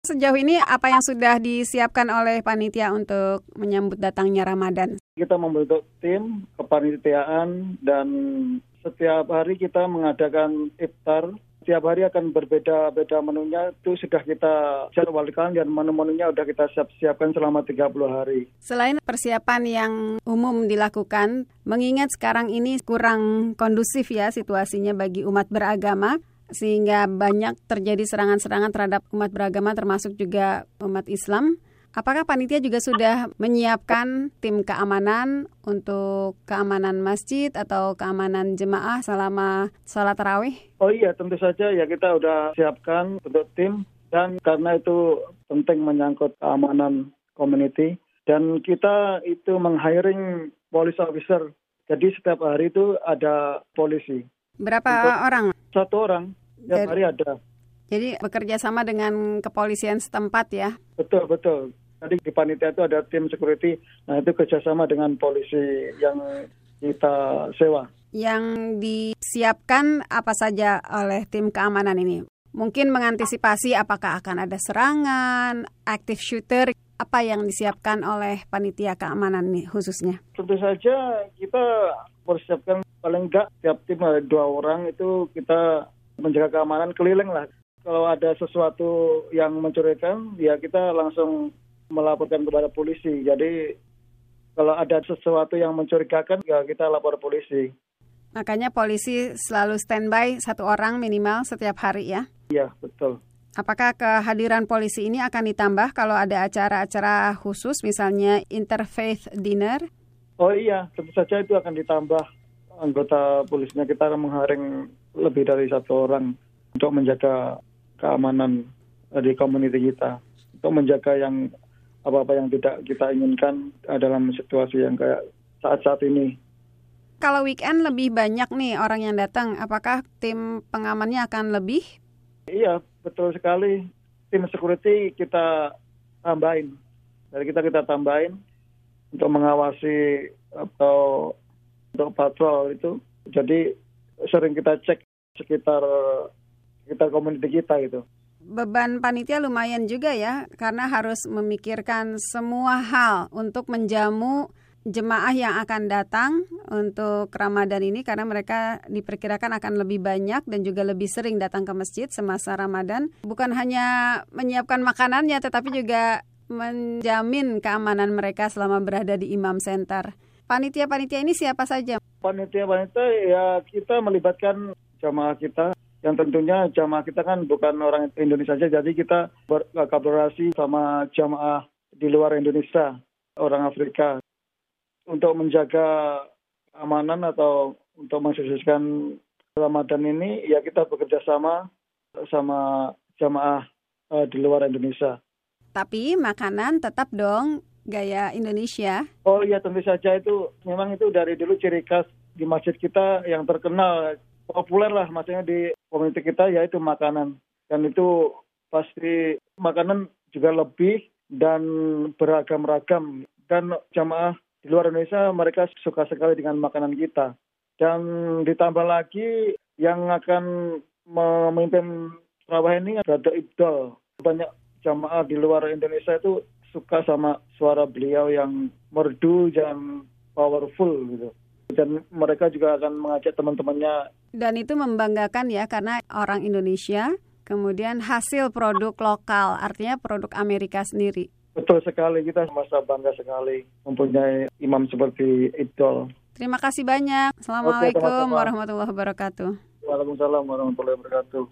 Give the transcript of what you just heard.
Sejauh ini apa yang sudah disiapkan oleh panitia untuk menyambut datangnya Ramadan? Kita membentuk tim kepanitiaan dan setiap hari kita mengadakan iftar. Setiap hari akan berbeda-beda menunya, itu sudah kita jadwalkan dan menu-menunya sudah kita siapkan selama 30 hari. Selain persiapan yang umum dilakukan, mengingat sekarang ini kurang kondusif ya situasinya bagi umat beragama, sehingga banyak terjadi serangan-serangan terhadap umat beragama termasuk juga umat Islam. Apakah panitia juga sudah menyiapkan tim keamanan untuk keamanan masjid atau keamanan jemaah selama sholat tarawih? Oh iya, tentu saja ya kita sudah siapkan untuk tim dan karena itu penting menyangkut keamanan community dan kita itu meng-hiring police officer. Jadi setiap hari itu ada polisi. Berapa orang? 1 orang, setiap hari ada. Jadi bekerja sama dengan kepolisian setempat ya? Betul. Tadi di panitia itu ada tim security, nah itu kerjasama dengan polisi yang kita sewa. Yang disiapkan apa saja oleh tim keamanan ini? Mungkin mengantisipasi apakah akan ada serangan, active shooter, apa yang disiapkan oleh panitia keamanan ini khususnya? Tentu saja kita persiapkan paling enggak tiap tim ada 2 orang itu kita menjaga keamanan keliling lah. Kalau ada sesuatu yang mencurigakan, ya kita langsung melaporkan kepada polisi. Jadi kalau ada sesuatu yang mencurigakan, ya kita lapor polisi. Makanya polisi selalu standby 1 orang minimal setiap hari ya? Iya, betul. Apakah kehadiran polisi ini akan ditambah kalau ada acara-acara khusus, misalnya interfaith dinner? Oh iya, tentu saja itu akan ditambah. Anggota polisinya kita akan mengharing lebih dari 1 orang untuk menjaga keamanan di komuniti kita. Untuk menjaga yang apa-apa yang tidak kita inginkan dalam situasi yang kayak saat-saat ini. Kalau weekend lebih banyak nih orang yang datang, apakah tim pengamannya akan lebih? Iya, betul sekali. Tim security kita tambahin. Dari kita tambahin untuk mengawasi atau untuk patrol itu. Jadi sering kita cek sekitar komuniti kita gitu. Beban panitia lumayan juga ya, karena harus memikirkan semua hal untuk menjamu jemaah yang akan datang untuk Ramadan ini, karena mereka diperkirakan akan lebih banyak dan juga lebih sering datang ke masjid semasa Ramadan. Bukan hanya menyiapkan makanannya, tetapi juga menjamin keamanan mereka selama berada di Imam Center. Panitia-panitia ini siapa saja? Panitia ya kita melibatkan jamaah kita. Yang tentunya jamaah kita kan bukan orang Indonesia saja, jadi kita berkolaborasi sama jamaah di luar Indonesia, orang Afrika. Untuk menjaga keamanan atau untuk mensukseskan Ramadan ini, ya kita bekerja sama jamaah di luar Indonesia. Tapi makanan tetap dong gaya Indonesia. Oh iya, tentu saja itu, memang itu dari dulu ciri khas di masjid kita yang terkenal, populer lah maksudnya di komuniti kita, yaitu makanan. Dan itu pasti makanan juga lebih dan beragam-ragam. Dan jamaah di luar Indonesia mereka suka sekali dengan makanan kita. Dan ditambah lagi yang akan memimpin tarawih ini Brother Ibdal. Banyak jamaah di luar Indonesia itu suka sama suara beliau yang merdu dan powerful gitu. Dan mereka juga akan mengajak teman-temannya. Dan itu membanggakan ya, karena orang Indonesia, kemudian hasil produk lokal, artinya produk Amerika sendiri. Betul sekali, kita merasa bangga sekali mempunyai imam seperti Ibdal. Terima kasih banyak. Assalamualaikum warahmatullahi wabarakatuh. Waalaikumsalam warahmatullahi wabarakatuh.